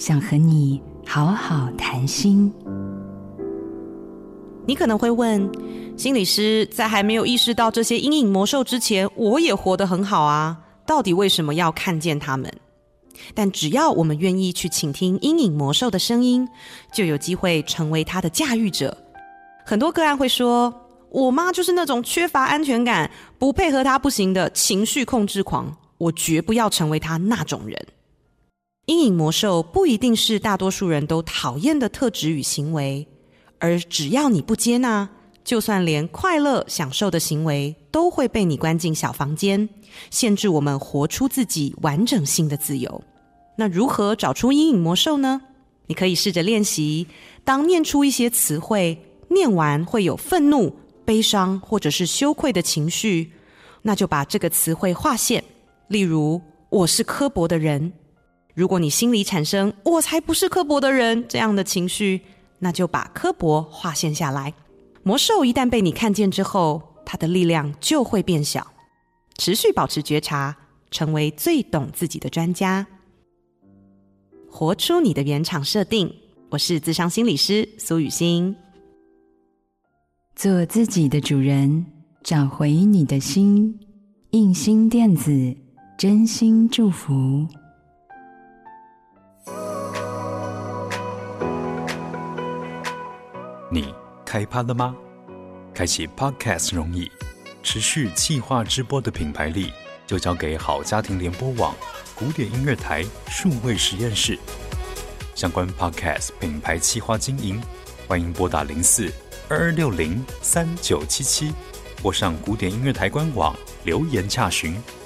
想和你好好谈心。 你可能会问，心理师，在还没有意识到这些阴影魔兽之前，我也活得很好啊，到底为什么要看见他们？但只要我们愿意去倾听阴影魔兽的声音，就有机会成为他的驾驭者。很多个案会说，我妈就是那种缺乏安全感，不配合她不行的情绪控制狂，我绝不要成为她那种人。阴影魔兽不一定是大多数人都讨厌的特质与行为，而只要你不接纳，就算连快乐享受的行为都会被你关进小房间，限制我们活出自己完整性的自由。那如何找出阴影魔兽呢？你可以试着练习，当念出一些词汇，念完会有愤怒、悲伤或者是羞愧的情绪，那就把这个词汇划线。例如，我是刻薄的人。如果你心里产生我才不是刻薄的人这样的情绪，那就把刻薄划线下来。魔兽一旦被你看见之后，它的力量就会变小。持续保持觉察，成为最懂自己的专家，活出你的原厂设定。我是諮商心理师苏予昕。 做自己的主人，找回你的心。映心电子真心祝福。 你开趴了吗？开启 Podcast 容易，持续企划直播的品牌力就交给好家庭联播网、古典音乐台、数位实验室。相关 Podcast 品牌企划经营，欢迎拨打04-2260-3977，或上古典音乐台官网留言洽询。